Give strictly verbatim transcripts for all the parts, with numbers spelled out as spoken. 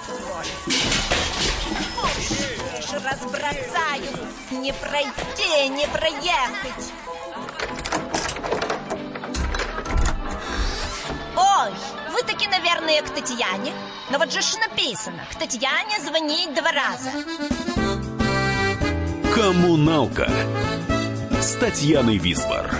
твой. Разбросаю. Не пройти, не проехать. Ой, вы таки, наверное, к Татьяне. Но вот же ж написано: к Татьяне звонить два раза. Коммуналка с Татьяной Висбор.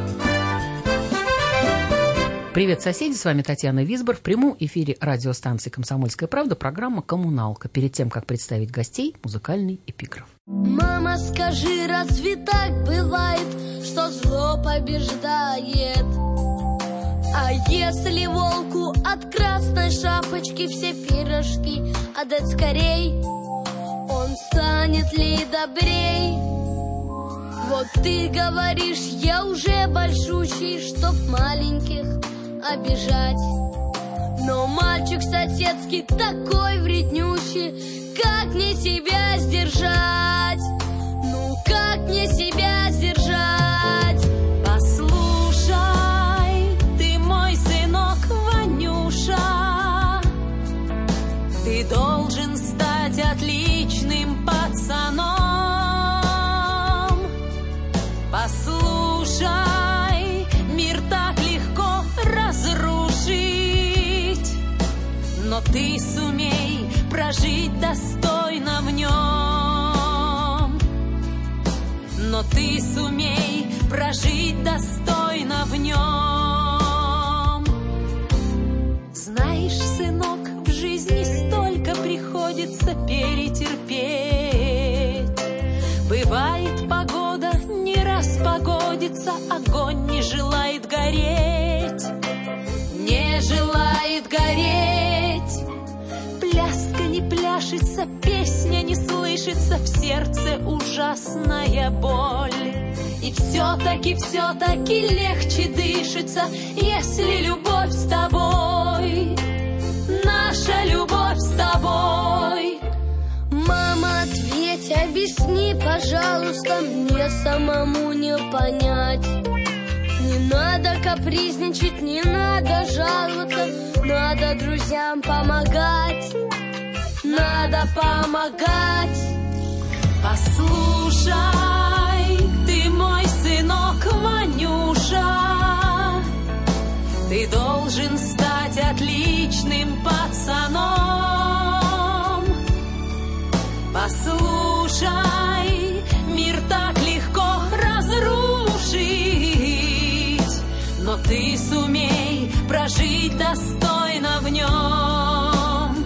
Привет, соседи, с вами Татьяна Висбор. В прямом эфире радиостанции «Комсомольская правда» программа «Коммуналка». Перед тем, как представить гостей, музыкальный эпиграф. Мама, скажи, разве так бывает, что зло побеждает? А если волку от красной шапочки все пирожки отдать скорей, он станет ли добрей? Вот ты говоришь, я уже большущий, чтоб маленьких обижать. Но мальчик соседский такой вреднющий, как мне себя сдержать? Ну как мне себя сдержать? Послушай, ты мой сынок Ванюша, ты должен стать отличным пацаном. Послушай, мир так легко разрушить, но ты сумей прожить достойно в нем. Но ты сумей прожить достойно в нем. Знаешь, сынок, в жизни столько приходится перетерпеть. Бывает, погода не распогодится, огонь не желает гореть. Не желает гореть. Пляска не пляшется, песня не слышится, в сердце ужасная боль. И все-таки, все-таки легче дышится, если любовь с тобой, наша любовь с тобой. Мама, ответь, объясни, пожалуйста, мне самому не понять. Не надо капризничать, не надо жаловаться, надо друзьям помогать, надо помогать. Послушай, ты мой сынок Ванюша, ты должен стать отличным пацаном. Послушай, мир так легко разрушить, но ты сумей прожить достойно в нем.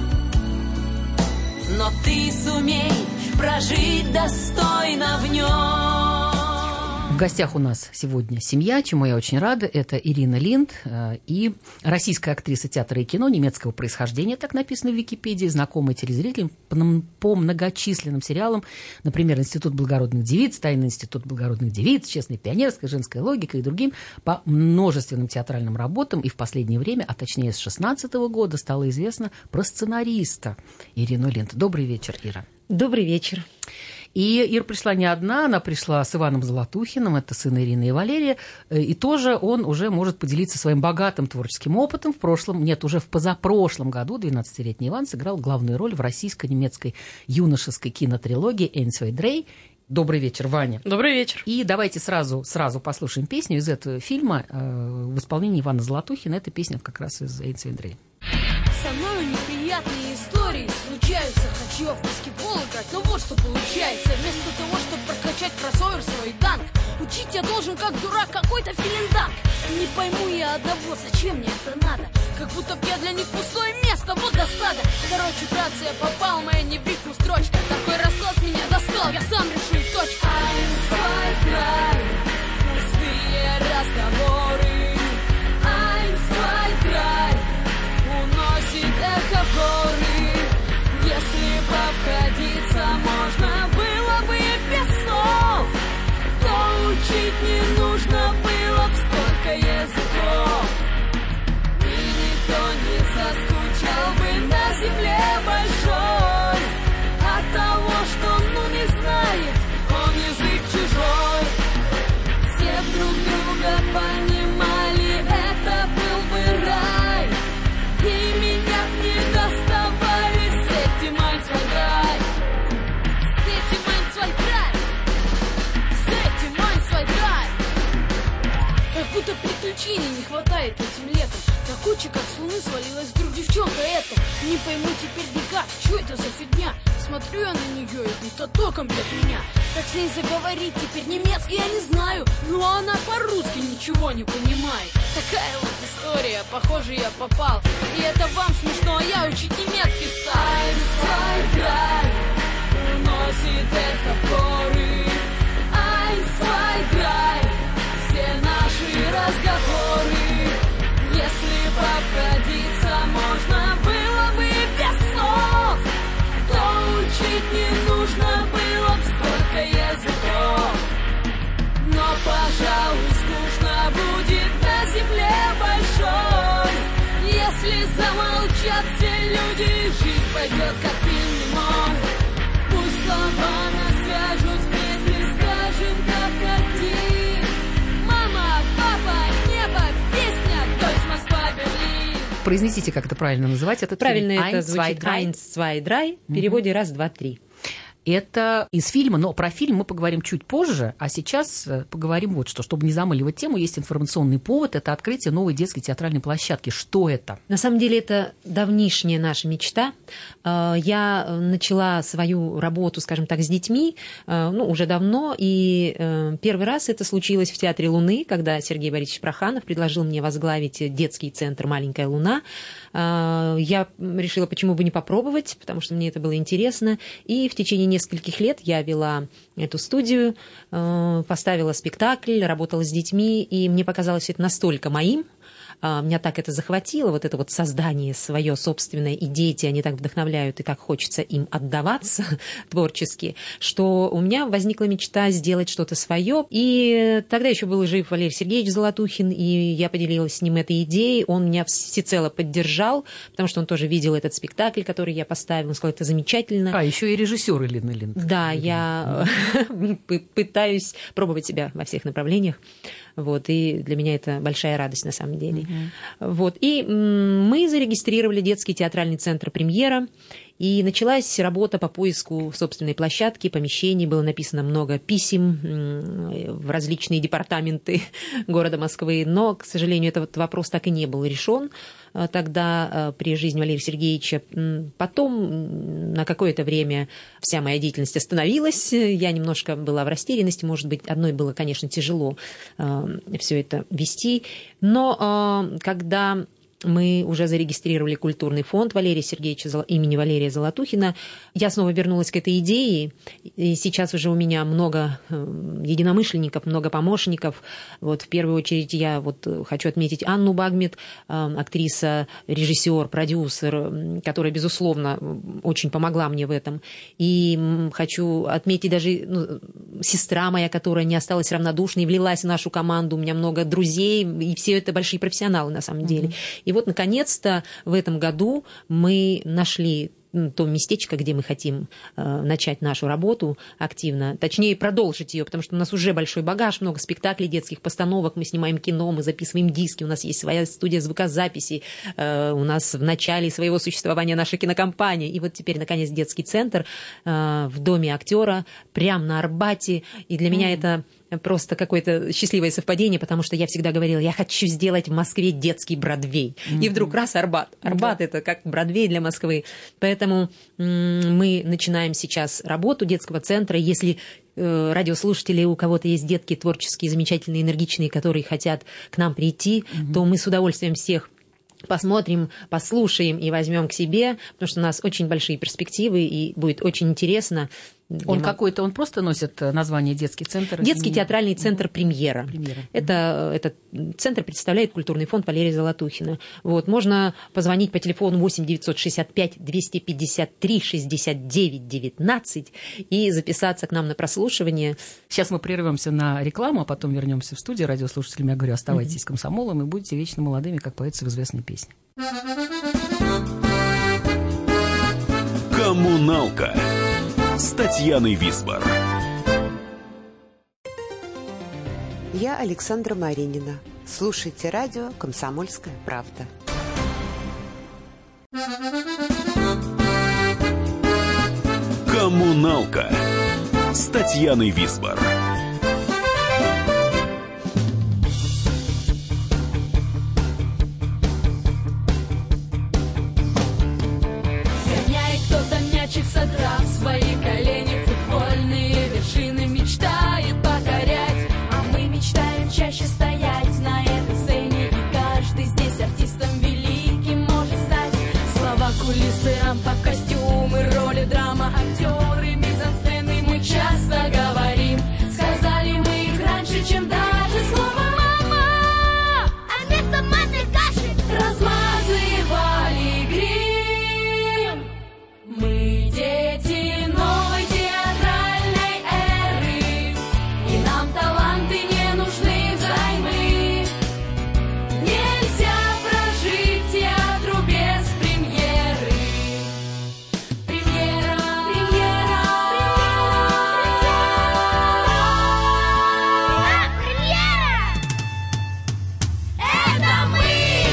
Но ты сумей прожить достойно в нем. В гостях у нас сегодня семья, чему я очень рада. Это Ирина Линд э, и российская актриса театра и кино немецкого происхождения, так написано в Википедии, знакомая телезрителям по, по многочисленным сериалам, например, «Институт благородных девиц», «Тайный институт благородных девиц», «Честная пионерская», «Женская логика» и другим, по множественным театральным работам. И в последнее время, а точнее с шестнадцатого года, стало известно про сценариста Ирину Линд. Добрый вечер, Ира. Добрый вечер. И Ира пришла не одна, она пришла с Иваном Золотухиным, это сын Ирины и Валерия, и тоже он уже может поделиться своим богатым творческим опытом. В прошлом, нет, уже в позапрошлом году двенадцатилетний Иван сыграл главную роль в российско-немецкой юношеской кинотрилогии «Эйн цвай дрей». Добрый вечер, Ваня. Добрый вечер. И давайте сразу, сразу послушаем песню из этого фильма э, в исполнении Ивана Золотухина. Эта песня как раз из «Эйн цвай дрей». Со мной неприятные истории случаются. Хочу я в баскетбол играть, но вот что получается. Вместо того, чтобы прокачать кроссовер свой данк, учить я должен как дурак какой-то филинданк. Не пойму я одного, зачем мне это надо? Как будто б я для них пустое место, вот досада. Короче, братцы, я попал, моя не в рифму строчка. Такой расклад меня достал, я сам решу и точка. Ein, zwei, drei, пустые разговоры. Ein, zwei, drei, уносит эхо в горы. Если бы обходиться можно было бы без слов, то учить не нужно было б столько языков. И никто не заскучал бы на земле большой от того, что ну не знает он язык чужой. Как будто приключений не хватает этим летом. Да куча как с луны свалилась вдруг девчонка эта. Не пойму теперь никак, что это за фигня. Смотрю я на нее и будто током бьет меня. Как с ней заговорить теперь немецкий я не знаю, но она по-русски ничего не понимает. Такая вот история, похоже я попал. И это вам смешно, а я учить немецкий стал. Ein, zwei, drei, уносит это поры. Ein, zwei, drei, все наши разговоры. Если обходиться можно было бы без слов, то учить не нужно было б столько языков. Но, пожалуй, скучно будет на земле большой. Если замолчат все люди, жизнь пойдет как фильм немой. Пусть слова нас свяжут вместе, скажем как хотим. Мама, папа, небо, песня, дочь, Москва, Берлин. Произнесите, как это правильно называть. Этот правильно фильм. это Ein, звучит zwei, «Eins, zwei, drei», в переводе «раз, два, три». Это из фильма, но про фильм мы поговорим чуть позже, а сейчас поговорим вот что. Чтобы не замыливать тему, есть информационный повод, это открытие новой детской театральной площадки. Что это? На самом деле это давнишняя наша мечта. Я начала свою работу, скажем так, с детьми, ну, уже давно, и первый раз это случилось в Театре Луны, когда Сергей Борисович Проханов предложил мне возглавить детский центр «Маленькая луна». Я решила, почему бы не попробовать, потому что мне это было интересно, и в течение нескольких лет я вела эту студию, поставила спектакль, работала с детьми, и мне показалось это настолько моим, меня так это захватило, вот это вот создание свое собственное, и дети, они так вдохновляют, и так хочется им отдаваться творчески, что у меня возникла мечта сделать что-то свое. И тогда еще был жив Валерий Сергеевич Золотухин, и я поделилась с ним этой идеей, он меня всецело поддержал, потому что он тоже видел этот спектакль, который я поставила, он сказал, это замечательно. А, еще и режиссер Ирина Линд. Да, я пытаюсь пробовать себя во всех направлениях. Вот, и для меня это большая радость на самом деле. Uh-huh. Вот, и мы зарегистрировали детский театральный центр «Премьера», и началась работа по поиску собственной площадки, помещений. Было написано много писем в различные департаменты города Москвы, но, к сожалению, этот вопрос так и не был решен тогда при жизни Валерия Сергеевича. Потом на какое-то время вся моя деятельность остановилась. Я немножко была в растерянности, может быть, одной было, конечно, тяжело все это вести. Но когда мы уже зарегистрировали культурный фонд Валерия Сергеевича, имени Валерия Золотухина, я снова вернулась к этой идее, и сейчас уже у меня много единомышленников, много помощников. Вот в первую очередь я вот хочу отметить Анну Багмет, актриса, режиссер, продюсер, которая, безусловно, очень помогла мне в этом. И хочу отметить даже ну, сестра моя, которая не осталась равнодушной, влилась в нашу команду. У меня много друзей, и все это большие профессионалы на самом деле. Mm-hmm. И вот, наконец-то, в этом году мы нашли то местечко, где мы хотим э, начать нашу работу активно, точнее, продолжить ее, потому что у нас уже большой багаж, много спектаклей, детских постановок, мы снимаем кино, мы записываем диски, у нас есть своя студия звукозаписи, э, у нас в начале своего существования наша кинокомпания, и вот теперь, наконец, детский центр э, в Доме актера, прямо на Арбате, и для mm-hmm. меня это просто какое-то счастливое совпадение, потому что я всегда говорила, я хочу сделать в Москве детский Бродвей. Mm-hmm. И вдруг раз Арбат. Арбат mm-hmm. это как Бродвей для Москвы. Поэтому м- мы начинаем сейчас работу детского центра. Если э, радиослушатели, у кого-то есть детки творческие, замечательные, энергичные, которые хотят к нам прийти, mm-hmm. то мы с удовольствием всех посмотрим, послушаем и возьмем к себе, потому что у нас очень большие перспективы, и будет очень интересно. Он Я какой-то, он просто носит название детский центр? Детский театральный центр «Премьера». «Премьера». Это, этот центр представляет культурный фонд Валерия Золотухина. Вот, можно позвонить по телефону восемь девятьсот шестьдесят пять двести пятьдесят три шестьдесят девять девятнадцать и записаться к нам на прослушивание. Сейчас мы прервемся на рекламу, а потом вернемся в студию. Радиослушателям я говорю, оставайтесь mm-hmm. комсомолом и будете вечно молодыми, как поется в известной песне. Коммуналка с Татьяной Висбор. Я Александра Маринина. Слушайте радио «Комсомольская правда». Коммуналка с Татьяной Висбор. чаще стоять на этой сцене, и каждый здесь артистом великим может стать. Слова, кулисы, рампа, костюмы, роли, драма, актеры, мизансцены мы часто говорим. Сказали мы их раньше, чем даже слово «мама», а вместо манной каши размазывали грим. Мы дети новой театральной эры, и нам таланты не нужны взаймы. Нельзя прожить театру без премьеры. Премьера, премьера, премьера. А, премьера! Это мы!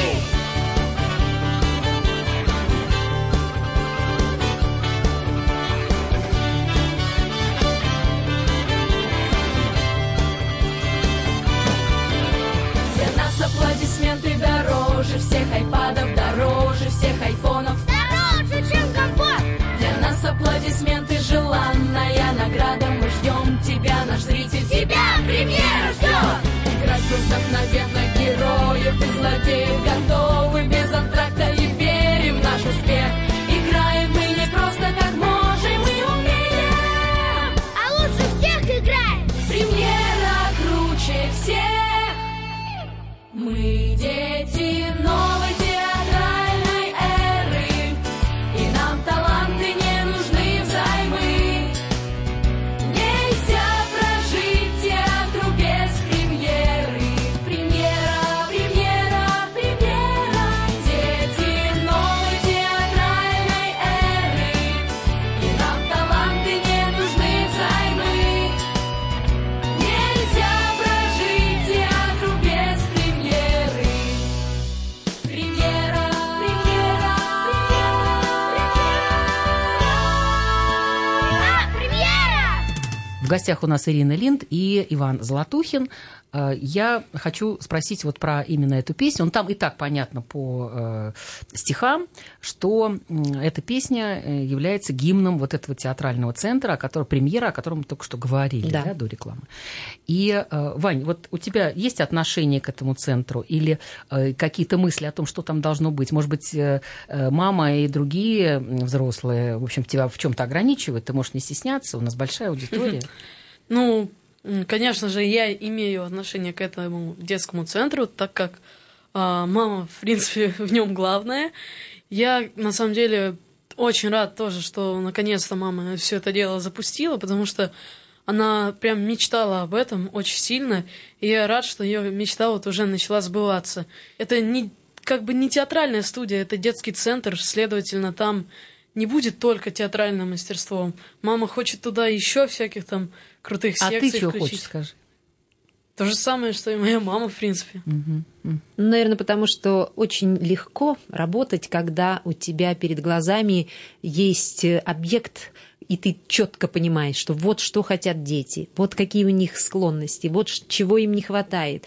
Для нас аплодисменты дороже всех айпадов, дороже всех айфонов, дороже, чем компот. Для нас аплодисменты желанная награда. Мы ждем тебя, наш зритель, тебя премьера ждет. Играть вдохновенных героев и злодеев готовы без антракта и верим в наш успех. Играем мы не просто как можем и умеем, а лучше всех играем. Премьера круче всех. Мы дети новой театральной эры, и нам таланты не нужны взаймы. Нельзя прожить театру без премьеры. Премьера, премьера, премьера. Дети новой театральной эры, и нам таланты не нужны взаймы. Нельзя прожить театру без премьеры. Премьера, премьера, премьера. А, премьера! В гостях у нас Ирина Линд и Иван Золотухин. Э, Я хочу спросить вот про именно эту песню. Ну, там и так понятно по э, стихам, что м, эта песня э, является гимном вот этого театрального центра, о котором, премьера, о котором мы только что говорили, Да. да, до рекламы. И, э, Вань, вот у тебя есть отношение к этому центру или э, какие-то мысли о том, что там должно быть? Может быть, э, э, мама и другие м, взрослые, в общем, тебя в чем-то ограничивают? Ты можешь не стесняться, у нас большая аудитория. Ну, м, конечно же, я имею отношение к этому детскому центру, так как а, мама, в принципе, в нем главная. Я, на самом деле, очень рад тоже, что наконец-то мама все это дело запустила, потому что она прям мечтала об этом очень сильно, и я рад, что ее мечта вот уже начала сбываться. Это не, как бы не театральная студия, это детский центр, следовательно, там не будет только театральное мастерство. Мама хочет туда еще всяких там крутых А секций ты что включить. хочешь, скажи? То же самое, что и моя мама, в принципе. Ну, наверное, потому что очень легко работать, когда у тебя перед глазами есть объект, и ты четко понимаешь, что вот что хотят дети, вот какие у них склонности, вот чего им не хватает.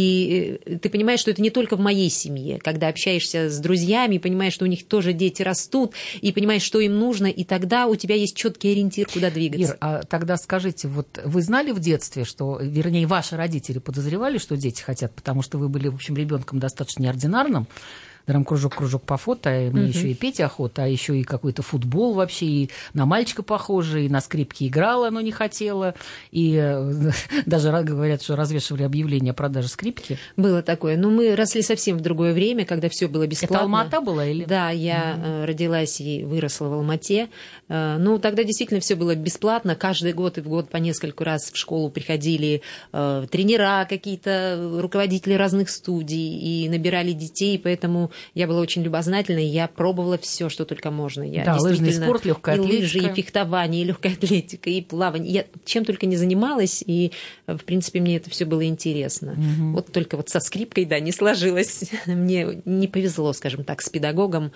И ты понимаешь, что это не только в моей семье, когда общаешься с друзьями, понимаешь, что у них тоже дети растут, и понимаешь, что им нужно, и тогда у тебя есть четкий ориентир, куда двигаться. Ир, а тогда скажите, вот вы знали в детстве, что, вернее, ваши родители подозревали, что дети хотят, потому что вы были, в общем, ребенком достаточно неординарным, драм-кружок, кружок по фото, и мне еще и петь охота, а еще и какой-то футбол вообще, и на мальчика похожий, и на скрипке играла, но не хотела, и э, даже говорят, что развешивали объявления о продаже скрипки. Было такое. Но мы росли совсем в другое время, когда все было бесплатно. Это Алма-Ата была или? Да, я mm-hmm. родилась и выросла в Алма-Ате. Ну, тогда действительно все было бесплатно. Каждый год и в год по нескольку раз в школу приходили э, тренера, какие-то руководители разных студий и набирали детей, поэтому я была очень любознательна, и я пробовала все, что только можно. Я да, лыжный спорт, легкая и атлетика. лыжи, и фехтование, и легкая атлетика, и плавание. Я чем только не занималась, и, в принципе, мне это все было интересно. Угу. Вот только вот со скрипкой, да, не сложилось. Мне не повезло, скажем так, с педагогом.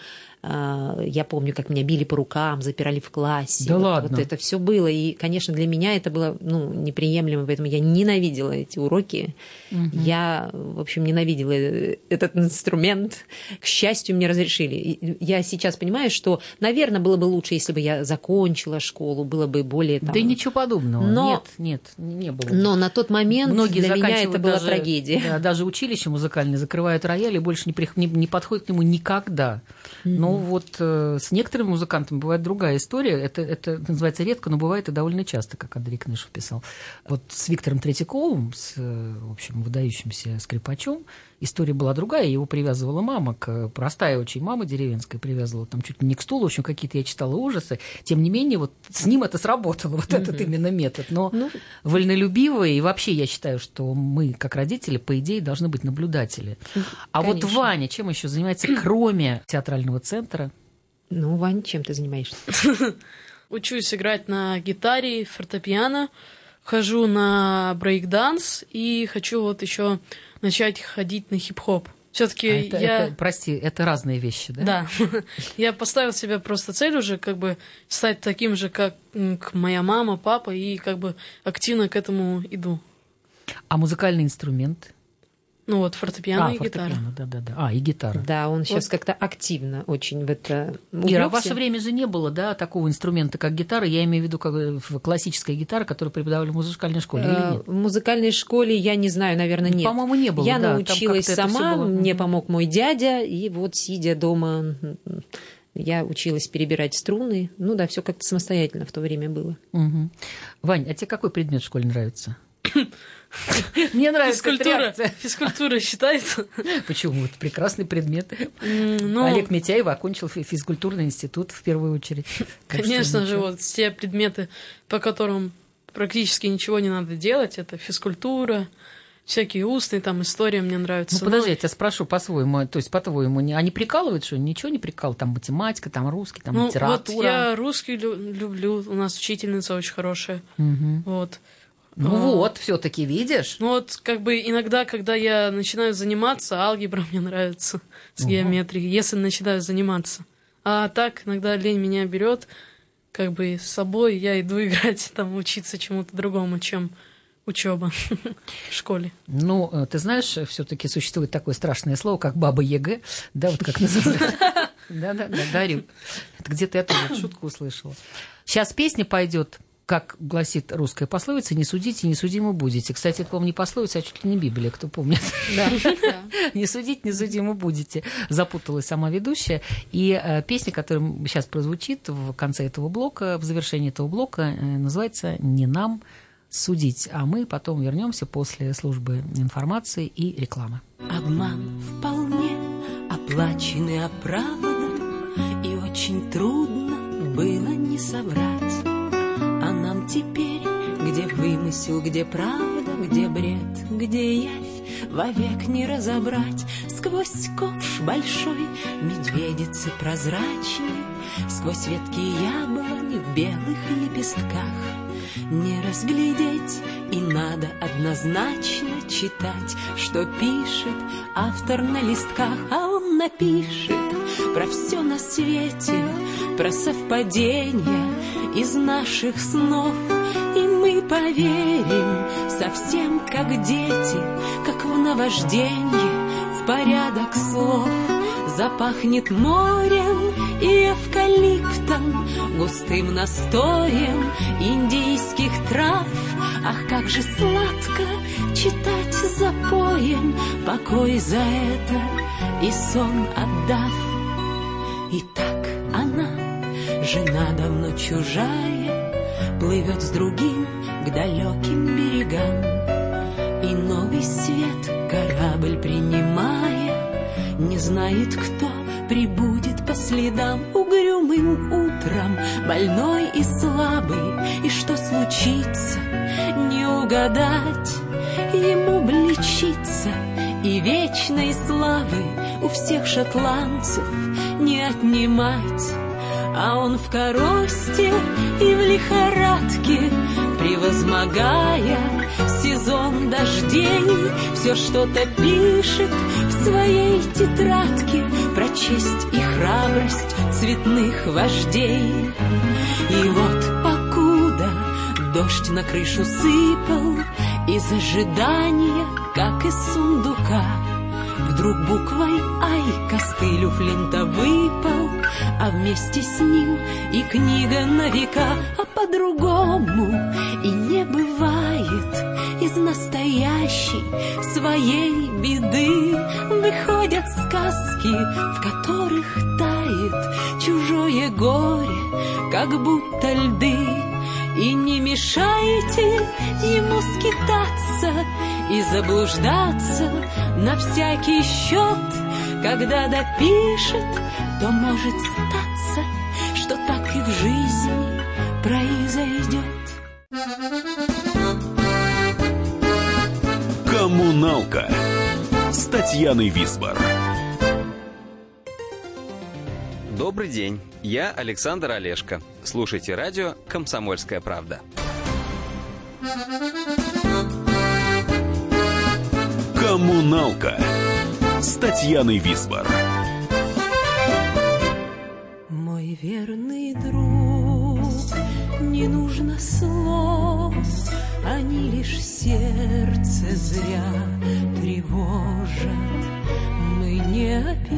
Я помню, как меня били по рукам, запирали в классе. Да вот, ладно? Вот это все было. И, конечно, для меня это было ну, неприемлемо, поэтому я ненавидела эти уроки. Угу. Я, в общем, ненавидела этот инструмент. К счастью, мне разрешили. Я сейчас понимаю, что, наверное, было бы лучше, если бы я закончила школу, было бы более... Там... Да ничего подобного. Но... Нет, нет, не было. Но на тот момент многие для меня это была даже, трагедия. Да, даже училище музыкальное закрывают рояль и больше не, при... не, не подходят к нему никогда. Mm-hmm. Но вот э, с некоторыми музыкантами бывает другая история. Это, это называется редко, но бывает и довольно часто, как Андрей Кнышев писал. Вот с Виктором Третьяковым, с, в общем, выдающимся скрипачом, история была другая. Его привязывала мама, к, простая очень мама деревенская, привязывала там чуть ли не к стулу. В общем, какие-то я читала ужасы. Тем не менее, вот с ним это сработало, вот mm-hmm. этот именно метод. Но ну... вольнолюбивые, и вообще я считаю, что мы, как родители, по идее, должны быть наблюдатели. А Конечно. Вот Ваня чем еще занимается, кроме театрального центра? Ну, Вань, чем ты занимаешься? Учусь играть на гитаре, фортепиано, хожу на брейк-данс и хочу вот еще начать ходить на хип-хоп. Все-таки а это, я... Это, прости, это разные вещи, да? Да. Я поставил себе просто цель уже как бы стать таким же, как моя мама, папа, и как бы активно к этому иду. А музыкальный инструмент? Ну вот, фортепиано а, и фортепиано, гитара. Да, да, да. А, и гитара. Да, он сейчас вот. Как-то активно очень в это увлекся. Ира, в ваше время же не было, да, такого инструмента, как гитара. Я имею в виду как классическая гитара, которую преподавали в музыкальной школе, или нет? В музыкальной школе, я не знаю, наверное, нет. По-моему, не было, Я да, научилась сама, мне помог мой дядя, и вот, сидя дома, я училась перебирать струны. Ну да, все как-то самостоятельно в то время было. Угу. Вань, а тебе какой предмет в школе нравится? Мне нравится физкультура. Физкультура считается. Почему? Это прекрасный предмет. Ну, Олег Митяев окончил физкультурный институт в первую очередь. Конечно же, вот те предметы, по которым практически ничего не надо делать, это физкультура, всякие устные, там, история мне нравится. Ну, подожди, я тебя спрошу по-своему, то есть, по-твоему, они прикалывают, что ничего не прикалывают? Там математика, там русский, там ну, литература. Вот я русский люблю, у нас учительница очень хорошая. Угу. Вот. Ну а, вот, все-таки видишь. Ну вот, как бы иногда, когда я начинаю заниматься, алгебра мне нравится с угу. геометрией, если начинаю заниматься. А так, иногда лень меня берет, как бы с собой я иду играть, там, учиться чему-то другому, чем учеба в школе. Ну, ты знаешь, все-таки существует такое страшное слово, как баба ЕГЭ, да, вот как называют. Да-да-да, дарю. Где-то я тоже шутку услышала. Сейчас песня пойдет. Как гласит русская пословица, не судите, не судимы будете. Кстати, это, по-моему, не пословица, а чуть ли не Библия, кто помнит. Да. Не судите, не судимы будете. Запуталась сама ведущая. И э, песня, которая сейчас прозвучит в конце этого блока, в завершении этого блока, э, называется «Не нам судить». А мы потом вернемся после службы информации и рекламы. Обман вполне оплачен и оправдан, и очень трудно было не соврать. А нам теперь, где вымысел, где правда, где бред, где явь, вовек не разобрать. Сквозь ковш большой медведицы прозрачной, сквозь ветки яблони в белых лепестках не разглядеть, и надо однозначно читать, что пишет автор на листках. А он напишет про все на свете, про совпадения из наших снов, и мы поверим совсем как дети, как в наважденье, в порядок слов. Запахнет морем и эвкалиптом, густым настоем индийских трав. Ах, как же сладко читать запоем, покой за это и сон отдав. И так она, жена давно чужая, плывет с другим к далеким берегам. И новый свет корабль принимая, не знает, кто прибудет по следам. Угрюмым утром, больной и слабый, и что случится, не угадать. Ему блечиться, и вечной славы у всех шотландцев не отнимать. А он в коросте и в лихорадке, превозмогая сезон дождей, все что-то пишет в своей тетрадке, про честь и храбрость цветных вождей. И вот покуда дождь на крышу сыпал, из ожидания, как из сундука, вдруг буквой «Ай» костыль у Флинта выпал, а вместе с ним и книга на века. А по-другому и не бывает. Из настоящей своей беды выходят сказки, в которых тает чужое горе, как будто льды. И не мешайте ему скитаться и заблуждаться на всякий счет. Когда допишет, то может статься, что так и в жизни произойдет. «Коммуналка» с Татьяной Висбор. Добрый день, я Александр Олешко. Слушайте радио «Комсомольская правда». «Коммуналка» с Татьяной Висбор. Мой верный друг, не нужно слов, они лишь сердце зря тревожат. Мы не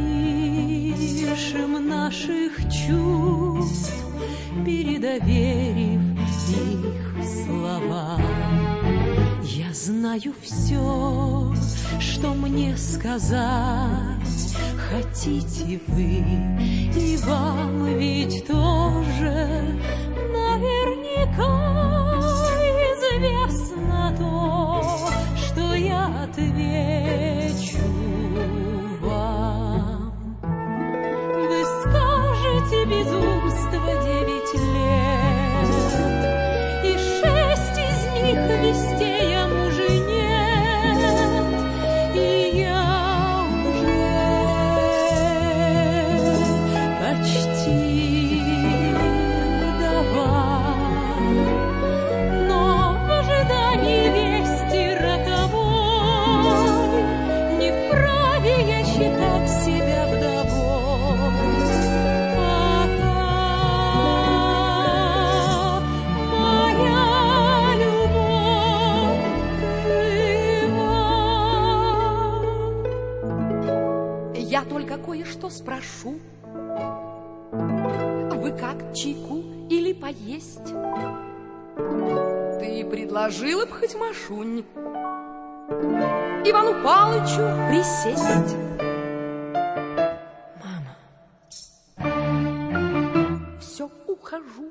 опишем наших чувств, передоверив их словам. Я знаю все, что мне сказать хотите вы, и вам ведь тоже наверняка известно то, что я отвечу вам. Вы скажете безумство девять лет, и шесть из них вестей о муже нет, и я уже почти вдова. Но в ожидании вести роковой не вправе я считать себя вдовой. Пока моя любовь жива. Я только кое-что спрошу. Вы как, чайку или поесть? Ты предложила б хоть Машунь Ивану Палычу присесть? Мама, все, ухожу.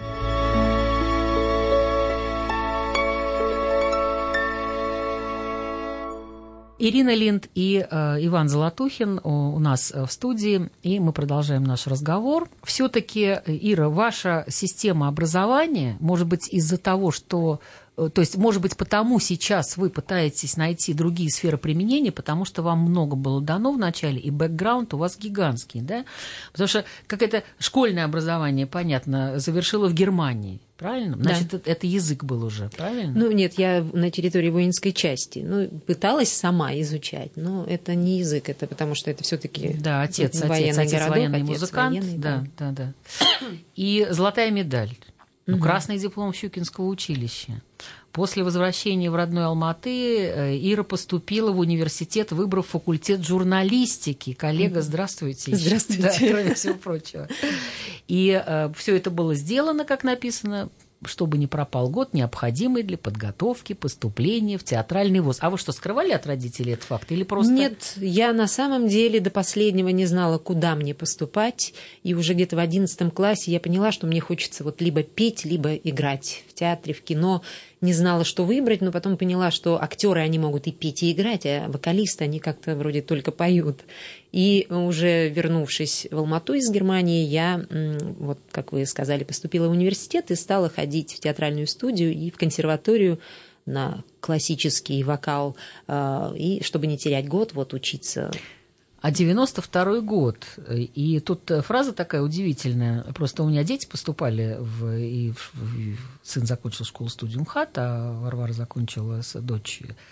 Ирина Линд и э, Иван Золотухин у, у нас в студии, и мы продолжаем наш разговор. Все-таки, Ира, ваша система образования, может быть, из-за того, что... То есть, может быть, потому сейчас вы пытаетесь найти другие сферы применения, потому что вам много было дано в начале, и бэкграунд у вас гигантский, да? Потому что какое-то школьное образование, понятно, завершила в Германии, правильно? Значит, да. это, это язык был уже, правильно? Ну, нет, я на территории воинской части. Ну, пыталась сама изучать, но это не язык, это потому что это все-таки да, отец, военный отец, отец городок, военный отец музыкант, военный, да, да, да. И золотая медаль. Ну, Угу. красный диплом Щукинского училища. После возвращения в родной Алматы Ира поступила в университет, выбрав факультет журналистики. Коллега, здравствуйте. Здравствуйте. Да, кроме всего прочего. И э, все это было сделано, как написано, чтобы не пропал год, необходимый для подготовки поступления в театральный вуз. А вы что, скрывали от родителей этот факт? Или просто... Нет, я на самом деле до последнего не знала, куда мне поступать. И уже где-то в одиннадцатом классе я поняла, что мне хочется вот либо петь, либо играть в театре, в кино. Не знала, что выбрать, но потом поняла, что актеры они могут и петь, и играть, а вокалисты, они как-то вроде только поют. И уже вернувшись в Алмату из Германии, я, вот как вы сказали, поступила в университет и стала ходить в театральную студию и в консерваторию на классический вокал, и чтобы не терять год, вот учиться. А девяносто второй год, и тут фраза такая удивительная, просто у меня дети поступали, в, и, в, и сын закончил школу-студию МХАТ, а Варвара закончила с дочь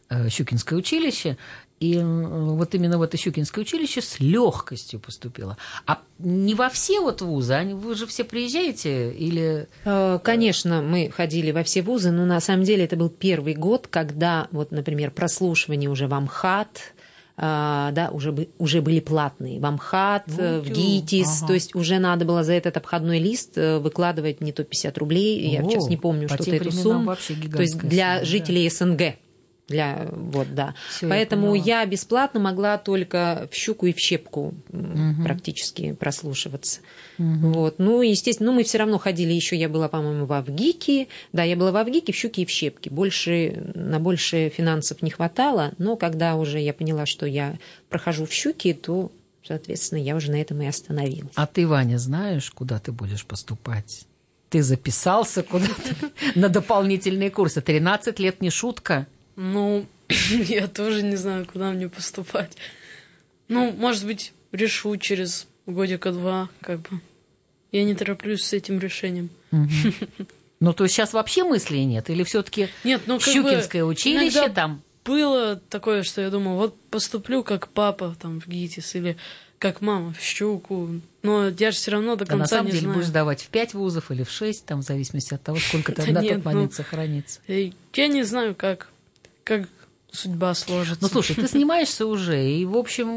Щукинское училище, и вот именно в это Щукинское училище с легкостью поступила. А не во все вот вузы, они, вы же все приезжаете или... Конечно, мы ходили во все вузы, но на самом деле это был первый год, когда, вот, например, прослушивание уже в АМХАТ, да, уже, уже были платные. В АМХАТ, вот, в ГИТИС, ага. То есть уже надо было за этот обходной лист выкладывать не то пятьдесят рублей, О, я сейчас не помню что-то эту сумму, то есть для сумма, жителей да. СНГ. Для, вот, да. Всё, Поэтому я, я бесплатно могла только в щуку и в щепку угу. практически прослушиваться. Угу. Вот. Ну, естественно, ну, мы все равно ходили еще, я была, по-моему, в Авгике. Да, я была в Авгике, в щуке и в щепке. Больше, на больше финансов не хватало, но когда уже я поняла, что я прохожу в щуке, то, соответственно, я уже на этом и остановилась. А ты, Ваня, знаешь, куда ты будешь поступать? Ты записался куда-то на дополнительные курсы. тринадцать лет не шутка. Ну, я тоже не знаю, куда мне поступать. Ну, может быть, решу через годика два, как бы. Я не тороплюсь с этим решением. Ну, то есть сейчас вообще мыслей нет? Или все-таки нет, ну, Щукинское училище там? Было такое, что я думала, вот поступлю как папа там в ГИТИС или как мама в щуку. Но я же все равно до конца не знаю. А на самом деле будешь сдавать в пять вузов или в шесть, там, в зависимости от того, сколько там на тот момент сохранится. Я не знаю, как... как судьба сложится. Ну, слушай, ты снимаешься уже, и, в общем,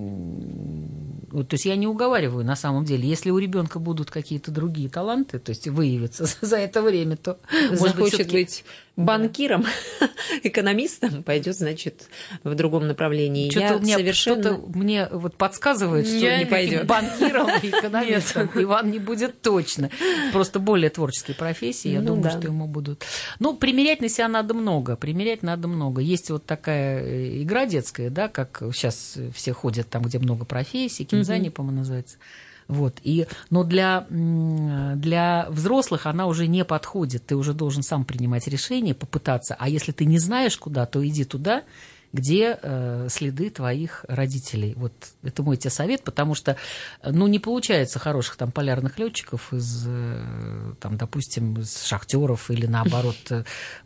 то есть я не уговариваю на самом деле. Если у ребенка будут какие-то другие таланты, то есть выявятся за это время, то захочет быть, быть банкиром, да. экономистом, пойдет, значит, в другом направлении. Что-то, я меня, совершенно... что-то мне вот подсказывает, что я не пойдет банкиром и экономистом. Иван не будет точно. Просто более творческие профессии, я ну, думаю, да. что ему будут. Ну, примерять на себя надо много. Примерять надо много. Есть вот такая игра детская, да, как сейчас все ходят там, где много профессий, кинзани, mm-hmm. по-моему, называется. Вот. И, но для, для взрослых она уже не подходит. Ты уже должен сам принимать решение, попытаться. А если ты не знаешь куда, то иди туда, где э, следы твоих родителей. Вот это мой тебе совет, потому что, ну, не получается хороших там полярных летчиков из, э, там, допустим, из шахтеров или наоборот э,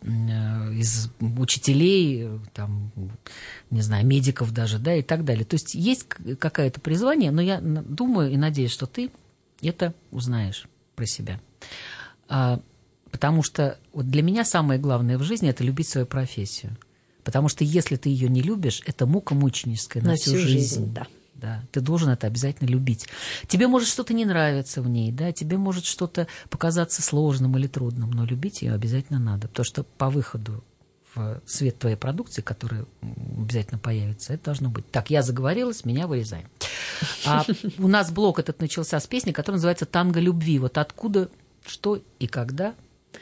из учителей, там, не знаю, медиков даже, да, и так далее. То есть есть какое-то призвание, но я думаю и надеюсь, что ты это узнаешь про себя. А, потому что вот для меня самое главное в жизни – это любить свою профессию. Потому что если ты ее не любишь, это мука мученическая на, на всю, всю жизнь. жизнь да. Да, ты должен это обязательно любить. Тебе может что-то не нравиться в ней, да, тебе может что-то показаться сложным или трудным, но любить ее обязательно надо. Потому что по выходу в свет твоей продукции, которая обязательно появится, это должно быть. Так, я заговорилась, меня вырезаем. А у нас блок этот начался с песни, которая называется «Танго любви». Вот откуда, что и когда,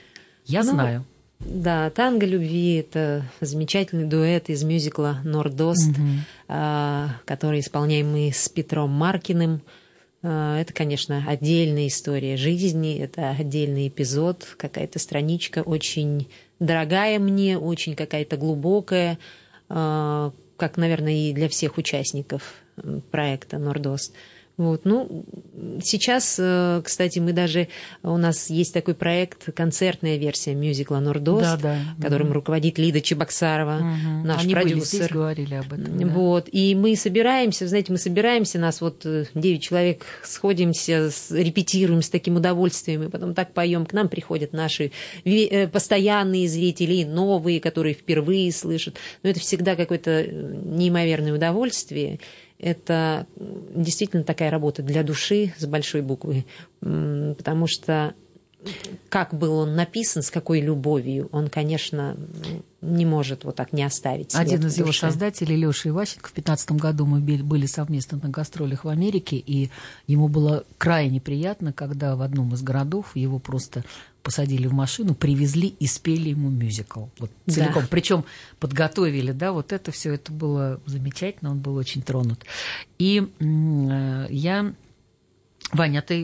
я ну, знаю. Да, «Танго любви» — это замечательный дуэт из мюзикла «Нордост», mm-hmm. который исполняем мы с Петром Маркиным. Это, конечно, отдельная история жизни, это отдельный эпизод, какая-то страничка очень дорогая мне, очень какая-то глубокая, как, наверное, и для всех участников проекта «Нордост». Вот, ну, сейчас, кстати, мы даже... У нас есть такой проект, концертная версия мюзикла «Нордост», да, да. которым угу. руководит Лида Чебоксарова, угу. наш Они продюсер. Были здесь, говорили об этом. Да. Вот, и мы собираемся, знаете, мы собираемся, нас вот девять человек сходимся, репетируем с таким удовольствием, и потом так поем. К нам приходят наши постоянные зрители, новые, которые впервые слышат. Но это всегда какое-то неимоверное удовольствие. Это действительно такая работа для души с большой буквы, потому что как был он написан, с какой любовью, он, конечно, не может вот так не оставить след. Один из его создателей, Лёша Иващенко, в пятнадцатом году мы были совместно на гастролях в Америке, и ему было крайне приятно, когда в одном из городов его просто посадили в машину, привезли и спели ему мюзикл. Вот целиком. Да. Причем подготовили, да, вот это все, это было замечательно, он был очень тронут. И э, я... Ваня, ты...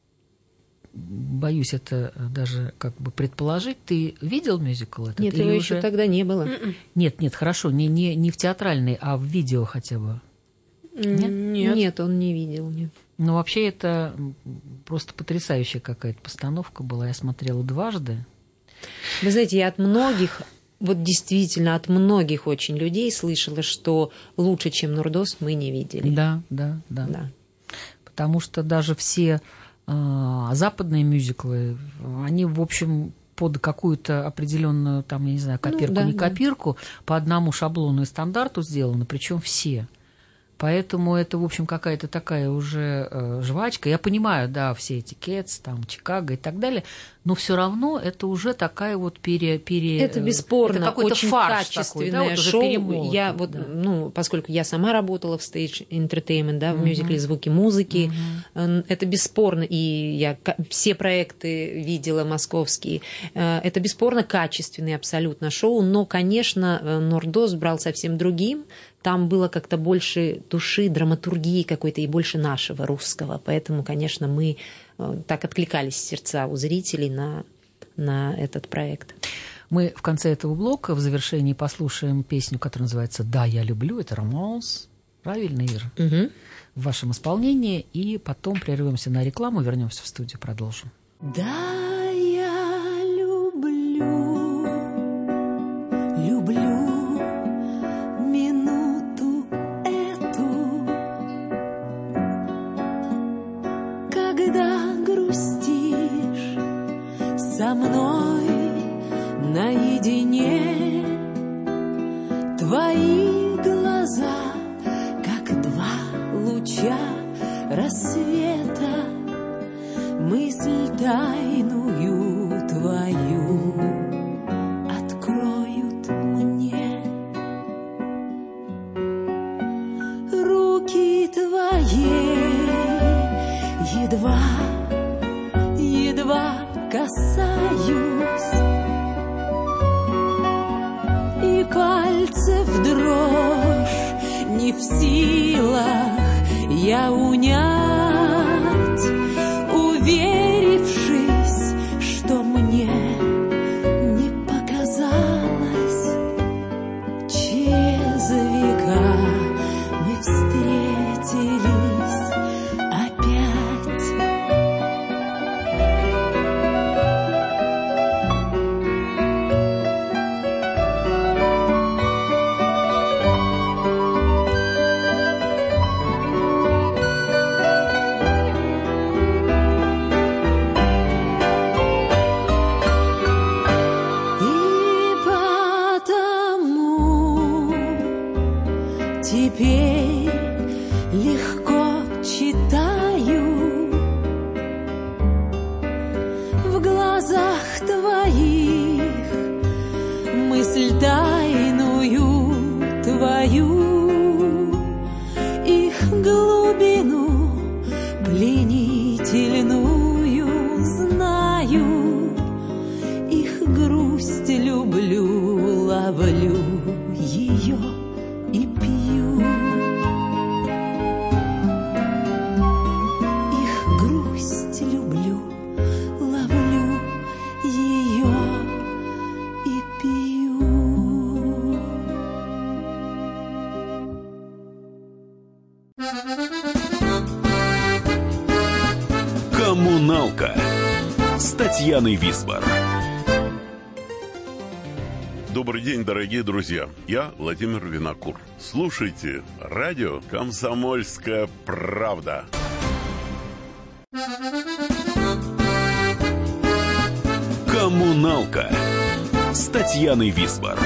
Боюсь это даже как бы предположить. Ты видел мюзикл этот? Нет, его уже... еще тогда не было. Нет, нет, хорошо, не, не, не в театральной, а в видео хотя бы. Нет? Нет, нет, он не видел. Нет. Ну, вообще, это просто потрясающая какая-то постановка была. Я смотрела дважды. Вы знаете, я от многих вот действительно от многих очень людей слышала, что лучше, чем Нурдос, мы не видели. Да, да, да. Да. Потому что даже все э, западные мюзиклы, они, в общем, под какую-то определенную, там, я не знаю, копирку, ну, да, не да. копирку, по одному шаблону и стандарту сделаны, причем все. Поэтому это, в общем, какая-то такая уже э, жвачка. Я понимаю, да, все эти Кэтс, там, Чикаго и так далее, но все равно это уже такая вот пере... пере это бесспорно, это какой-то очень фарш качественное такой, да, вот шоу. перемолотый, я вот, да. ну, поскольку я сама работала в Stage Entertainment, да, в Мгм. мюзикле «Звуки музыки», Мгм. это бесспорно, и я ка- все проекты видела московские, э, это бесспорно качественное абсолютно шоу, но, конечно, э, Нурдос брал совсем другим. Там было как-то больше души, драматургии какой-то и больше нашего русского. Поэтому, конечно, мы э, так откликались сердца у зрителей на, на этот проект. Мы в конце этого блока в завершении послушаем песню, которая называется «Да, я люблю». Это «Романс». Правильно, Ира? Угу. В вашем исполнении. И потом прервемся на рекламу, вернемся в студию, продолжим. Да, я люблю, люблю минуту эту, когда грустишь со мной наедине. Твои глаза, как два луча рассвета, мысль тайную твою откроют мне. Руки твои едва, едва касаюсь, и пальцев дрожь не в силах я унять, уверившись, что мне не показалось. Через века мы встретились опять. И потому теперь легко читаю в глазах твоих мысль тайную твою, их глубину пленительную знаю, их грусть люблю, ловлю ее и пью. Их грусть люблю, ловлю ее и пью. «Коммуналка» с Татьяной Висбор. Добрый день, дорогие друзья. Я Владимир Винокур. Слушайте радио «Комсомольская правда». «Коммуналка» с Татьяной Висбор.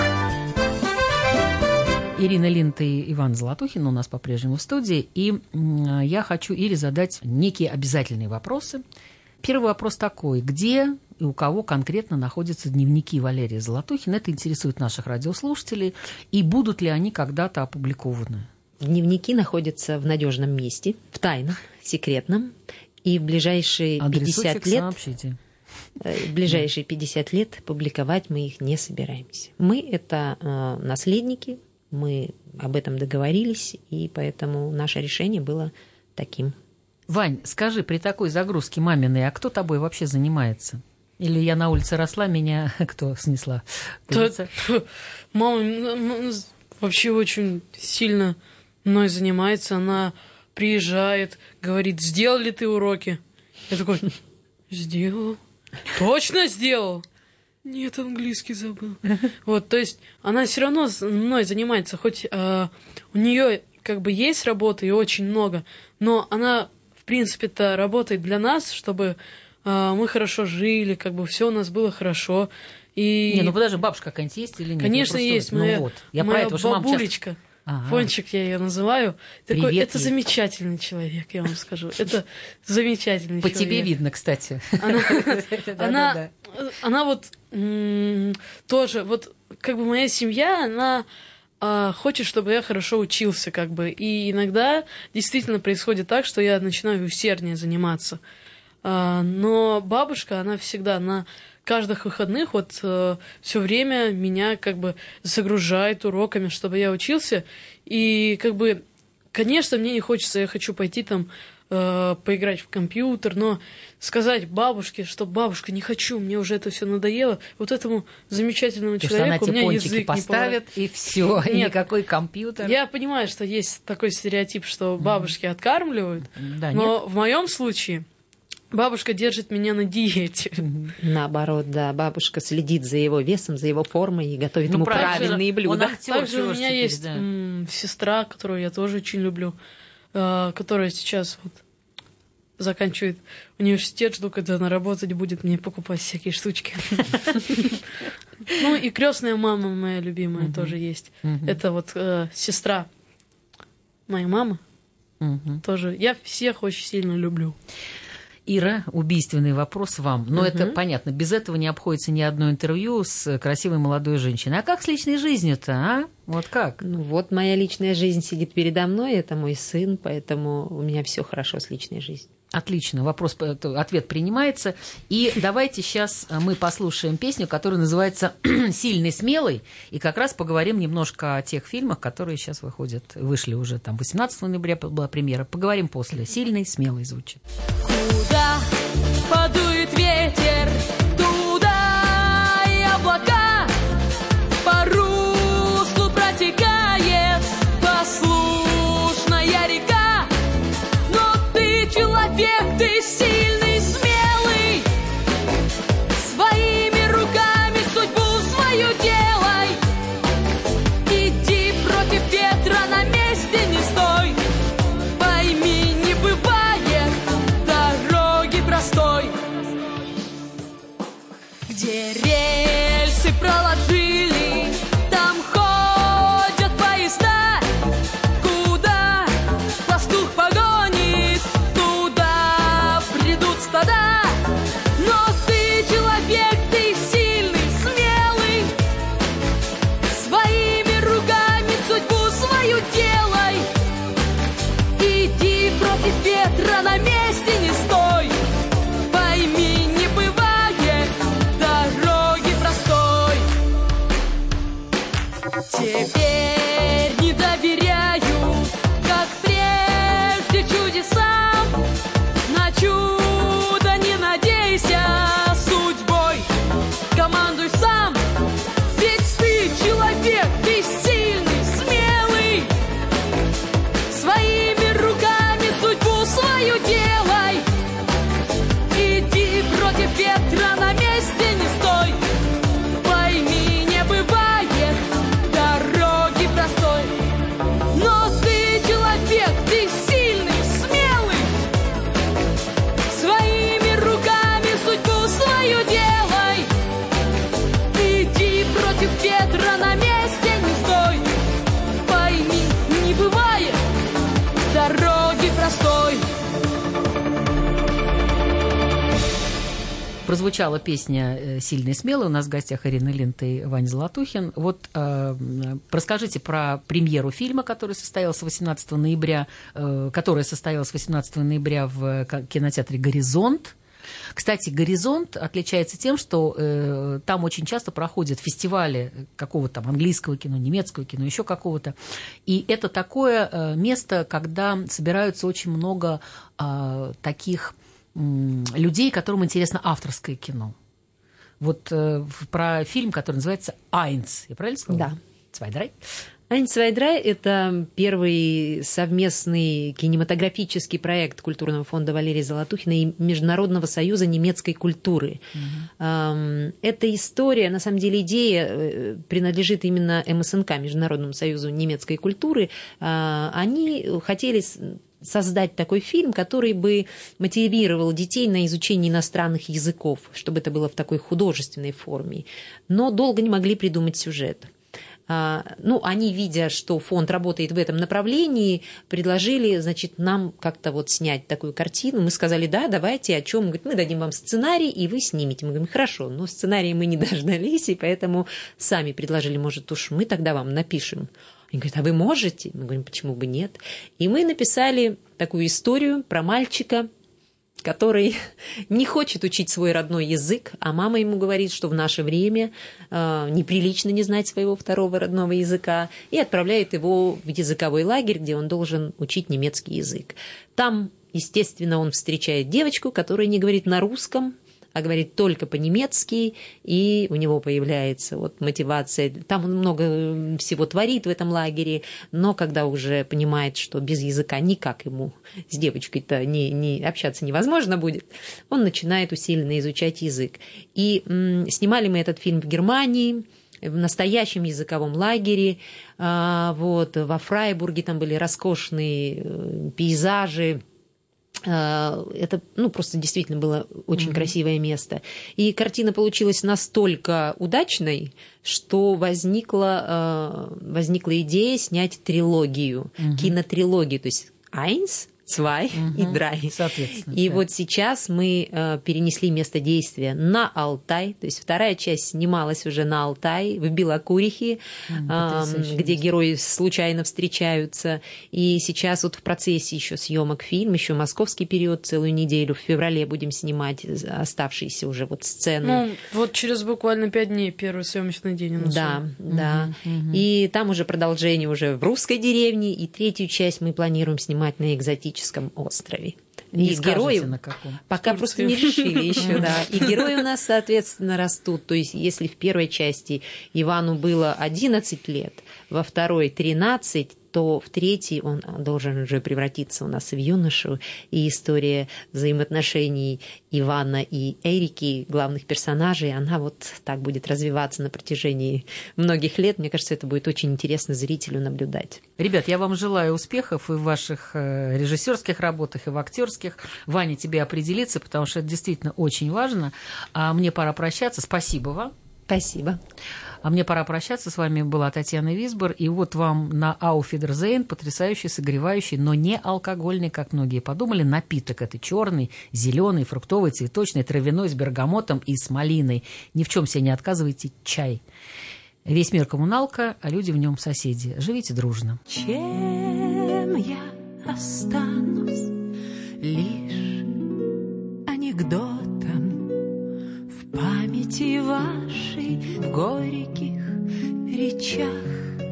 Ирина Линд и Иван Золотухин у нас по-прежнему в студии. И м, я хочу Ире задать некие обязательные вопросы. Первый вопрос такой. Где и у кого конкретно находятся дневники Валерия Золотухина? Это интересует наших радиослушателей. И будут ли они когда-то опубликованы? Дневники находятся в надежном месте, в тайном, секретном. И в ближайшие Адресочек пятьдесят лет... сообщите. В ближайшие пятьдесят лет публиковать мы их не собираемся. Мы – это э, наследники, мы об этом договорились, и поэтому наше решение было таким. Вань, скажи, при такой загрузке маминой, а кто тобой вообще занимается? Или я на улице росла, меня кто снесла? Да, мама м, вообще очень сильно мной занимается. Она приезжает, говорит: сделал ли ты уроки? Я такой: сделал. Точно сделал? Нет, английский забыл. Вот, то есть она все равно мной занимается, хоть э, у нее как бы есть работа и очень много, но она, в принципе-то, работает для нас, чтобы э, мы хорошо жили, как бы все у нас было хорошо. И... Не, ну подожди, бабушка какая-нибудь есть или нет? Конечно, просто... есть. Ну, моя вот. Я моя про это, бабулечка. Часто... Ага. Пончик я ее называю. Такой, Привет, это ей. Замечательный человек, я вам скажу. Это замечательный По человек. тебе видно, кстати. Она вот тоже, вот как бы моя семья, она хочет, чтобы я хорошо учился, как бы. И иногда действительно происходит так, что я начинаю усерднее заниматься. Но бабушка, она всегда на каждых выходных вот э, все время меня как бы загружает уроками, чтобы я учился. И как бы, конечно, мне не хочется, я хочу пойти там э, поиграть в компьютер, но сказать бабушке, что бабушка, не хочу, мне уже это все надоело, вот этому замечательному Потому человеку что она у меня тебе пончики язык поставит, не и все, Нет, никакой компьютер. Я понимаю, что есть такой стереотип, что бабушки mm. откармливают, да, но нет? в моем случае бабушка держит меня на диете. Наоборот, да, бабушка следит за его весом, за его формой и готовит ну, ему правильные блюда. Актер, Также у меня теперь, есть да. м, сестра, которую я тоже очень люблю, э, которая сейчас вот заканчивает университет, жду, когда она работать будет, мне покупать всякие штучки. Ну и крестная мама моя любимая тоже есть. Это вот сестра моей мамы. Тоже. Я всех очень сильно люблю. Ира, убийственный вопрос вам. Но угу. это понятно, без этого не обходится ни одно интервью с красивой молодой женщиной. А как с личной жизнью-то, а? Вот как? Ну вот моя личная жизнь сидит передо мной, это мой сын, поэтому у меня все хорошо с личной жизнью. Отлично, вопрос, ответ принимается. И давайте сейчас мы послушаем песню, которая называется «Сильный, смелый», и как раз поговорим немножко о тех фильмах, которые сейчас выходят, вышли уже там восемнадцатого ноября была премьера. Поговорим после. «Сильный, смелый» звучит. Куда подует ветер, туда и облака по руслу протекает послушная река. Но ты человек, ты сильный, смелый, своими руками судьбу свою делай. Иди против ветра, на месте не стой. Пойми, не бывает дороги простой. Где рельсы проложили, там ходят поезда. Куда пастух погонит, туда придут стада. Но ты человек, ты сильный, смелый, своими руками судьбу свою делай. Иди против ветра, на месте не стой. Пойми, не бывает дороги простой. Теперь не доверяю, как прежде, чудесам. На чудо не надейся, судьбой командуй сам. Ведь ты человек, ты сильный, смелый, своими руками судьбу свою делай. Иди против ветра, на месте не стой. Пойми, не бывает дороги простой. Но ты человек, ты сильный, смелый, своими руками судьбу свою делай. Иди против ветра, на месте не стой. Пойми, не бывает дороги простой. Прозвучала песня «Сильный, смелый». У нас в гостях Ирина Линд и Ваня Золотухин. Вот э, расскажите про премьеру фильма, который состоялся восемнадцатого ноября, э, которая состоялась восемнадцатого ноября в кинотеатре «Горизонт». Кстати, «Горизонт» отличается тем, что э, там очень часто проходят фестивали какого-то там английского кино, немецкого кино, еще какого-то. И это такое э, место, когда собираются очень много э, таких людей, которым интересно авторское кино. Вот э, про фильм, который называется «Айнс». Я правильно сказала? Да. «Zwei, drei». «Айнс zwei drei» — это первый совместный кинематографический проект Культурного фонда Валерия Золотухина и Международного союза немецкой культуры. Mm-hmm. Эта история, на самом деле, идея принадлежит именно эм эс эн ка, Международному союзу немецкой культуры. Они хотели создать такой фильм, который бы мотивировал детей на изучение иностранных языков, чтобы это было в такой художественной форме. Но долго не могли придумать сюжет. Ну, они, видя, что фонд работает в этом направлении, предложили, значит, нам как-то вот снять такую картину. Мы сказали, да, давайте, о чем? Мы дадим вам сценарий, и вы снимете. Мы говорим, хорошо, но сценария мы не дождались, и поэтому сами предложили, может, уж мы тогда вам напишем. Они говорят, а вы можете? Мы говорим, почему бы нет? И мы написали такую историю про мальчика, который не хочет учить свой родной язык, а мама ему говорит, что в наше время э, неприлично не знать своего второго родного языка, и отправляет его в языковой лагерь, где он должен учить немецкий язык. Там, естественно, он встречает девочку, которая не говорит на русском, а говорит только по-немецки, и у него появляется вот мотивация. Там он много всего творит в этом лагере, но когда уже понимает, что без языка никак ему с девочкой-то не, не общаться невозможно будет, он начинает усиленно изучать язык. И м, снимали мы этот фильм в Германии, в настоящем языковом лагере, вот, во Фрайбурге, там были роскошные пейзажи. Это, ну, просто действительно было очень mm-hmm. красивое место. И картина получилась настолько удачной, что возникла, возникла идея снять трилогию, mm-hmm. кинотрилогию, то есть «Айнс», Zwei угу, и Drei. Соответственно. И да. вот сейчас мы э, перенесли место действия на Алтай. То есть вторая часть снималась уже на Алтай, в Белокурихе, э, где герои случайно встречаются. И сейчас вот в процессе еще съемок фильм, еще московский период, целую неделю. В феврале будем снимать оставшиеся уже вот сцены. Ну, вот через буквально пять дней первый съемочный день у нас. Да, угу, да. Угу. И там уже продолжение уже в русской деревне. И третью часть мы планируем снимать на экзотическом острове. Не и герои на каком. Пока просто не решили еще, да. И герои у нас, соответственно, растут. То есть, если в первой части Ивану было одиннадцать лет, во второй тринадцать, то в третьей он должен уже превратиться у нас в юношу. И история взаимоотношений Ивана и Эрики, главных персонажей, она вот так будет развиваться на протяжении многих лет. Мне кажется, это будет очень интересно зрителю наблюдать. Ребят, я вам желаю успехов и в ваших режиссерских работах, и в актерских. Ваня, тебе определиться, потому что это действительно очень важно. А мне пора прощаться. Спасибо вам. Спасибо. А мне пора прощаться. С вами была Татьяна Висбор. И вот вам на Auf Wiedersehen потрясающий, согревающий, но не алкогольный, как многие подумали, напиток. Это черный, зеленый, фруктовый, цветочный, травяной, с бергамотом и с малиной. Ни в чем себе не отказывайте. Чай. Весь мир коммуналка, а люди в нем соседи. Живите дружно. Чем я останусь? Лишь анекдотом в памяти вашей, в горьких речах.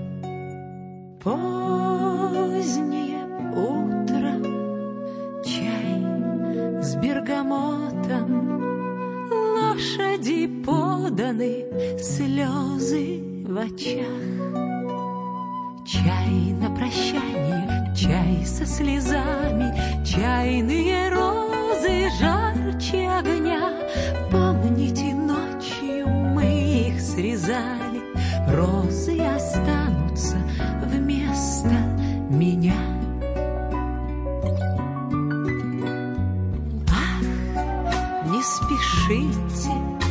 Позднее утро, чай с бергамотом, лошади поданы, слезы в очах. Чай на прощание, чай со слезами, чайные розы жарче огня. Помните, ночью мы их срезали, розы останутся вместо меня. Ах, не спешите,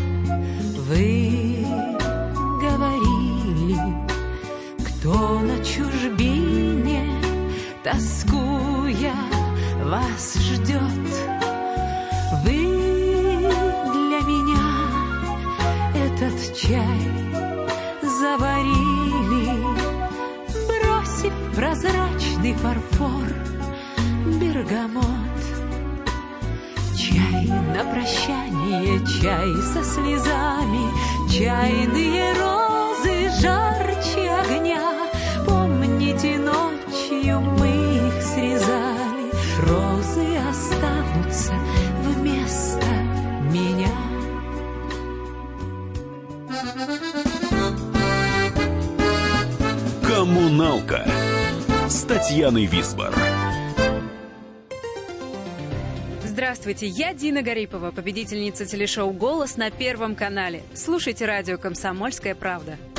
вы говорили, кто на чужбине, тоскуя, вас ждет. Вы для меня этот чай заварили, бросив прозрачный фарфор, бергамот. Чай на прощание, чай со слезами, чайные розы жарче огня. Помните, ночью мы их срезали, розы останутся вместо меня. Коммуналка с Татьяной Висбор. Здравствуйте, я Дина Гарипова, победительница телешоу «Голос» на Первом канале. Слушайте радио «Комсомольская правда».